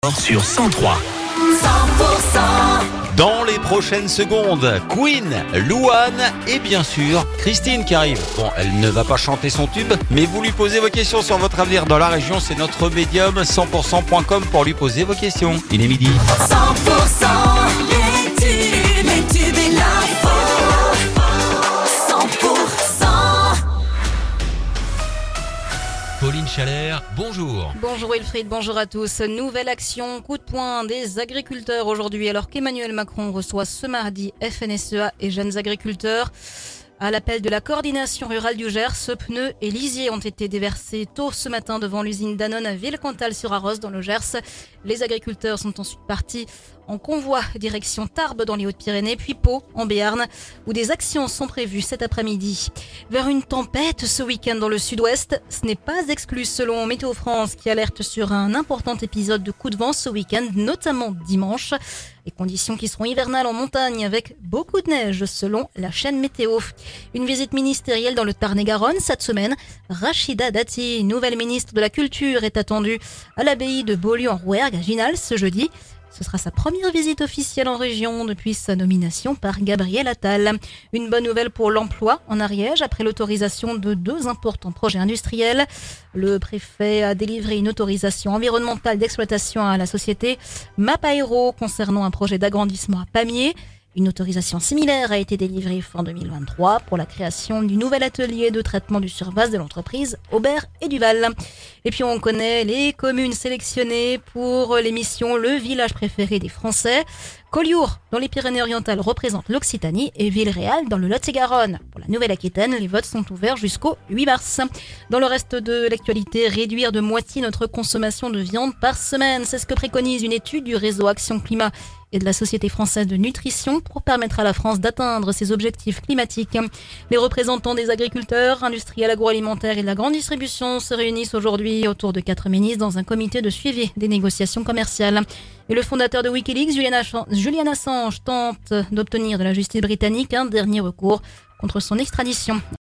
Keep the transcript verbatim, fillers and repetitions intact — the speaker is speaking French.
Sur cent trois. cent pour cent. Dans les prochaines secondes, Queen, Louane et bien sûr Christine qui arrive. Bon, elle ne va pas chanter son tube, mais vous lui posez vos questions sur votre avenir dans la région. C'est notre médium cent pour cent point com pour lui poser vos questions. Il est midi. cent pour cent. Les tubes, les tubes et l'info. cent pour cent. Pauline Chalère, bonjour. Bonjour Wilfried, bonjour à tous. Nouvelle action, coup de poing des agriculteurs aujourd'hui alors qu'Emmanuel Macron reçoit ce mardi F N S E A et jeunes agriculteurs. À l'appel de la coordination rurale du Gers, pneus et lisiers ont été déversés tôt ce matin devant l'usine Danone à Villecantal-sur-Arros dans le Gers. Les agriculteurs sont ensuite partis en convoi direction Tarbes dans les Hautes-Pyrénées, puis Pau en Béarn, où des actions sont prévues cet après-midi. Vers une tempête ce week-end dans le sud-ouest, ce n'est pas exclu selon Météo France qui alerte sur un important épisode de coups de vent ce week-end, notamment dimanche. Les conditions qui seront hivernales en montagne avec beaucoup de neige selon la chaîne météo. Une visite ministérielle dans le Tarn-et-Garonne cette semaine. Rachida Dati, nouvelle ministre de la Culture, est attendue à l'abbaye de Beaulieu en Rouergue à Ginal ce jeudi. Ce sera sa première visite officielle en région depuis sa nomination par Gabriel Attal. Une bonne nouvelle pour l'emploi en Ariège après l'autorisation de deux importants projets industriels. Le préfet a délivré une autorisation environnementale d'exploitation à la société Mapaero concernant un projet d'agrandissement à Pamiers. Une autorisation similaire a été délivrée fin deux mille vingt-trois pour la création du nouvel atelier de traitement du surface de l'entreprise Aubert et Duval. Et puis on connaît les communes sélectionnées pour l'émission Le village préféré des Français. Collioure, dans les Pyrénées-Orientales, représente l'Occitanie et Villeréal dans le Lot-et-Garonne. Pour la Nouvelle-Aquitaine, les votes sont ouverts jusqu'au huit mars. Dans le reste de l'actualité, réduire de moitié notre consommation de viande par semaine. C'est ce que préconise une étude du réseau Action Climat et de la Société française de nutrition pour permettre à la France d'atteindre ses objectifs climatiques. Les représentants des agriculteurs, industriels agroalimentaires et de la grande distribution se réunissent aujourd'hui autour de quatre ministres dans un comité de suivi des négociations commerciales. Et le fondateur de Wikileaks, Julian Assange, Julian Assange, tente d'obtenir de la justice britannique un dernier recours contre son extradition.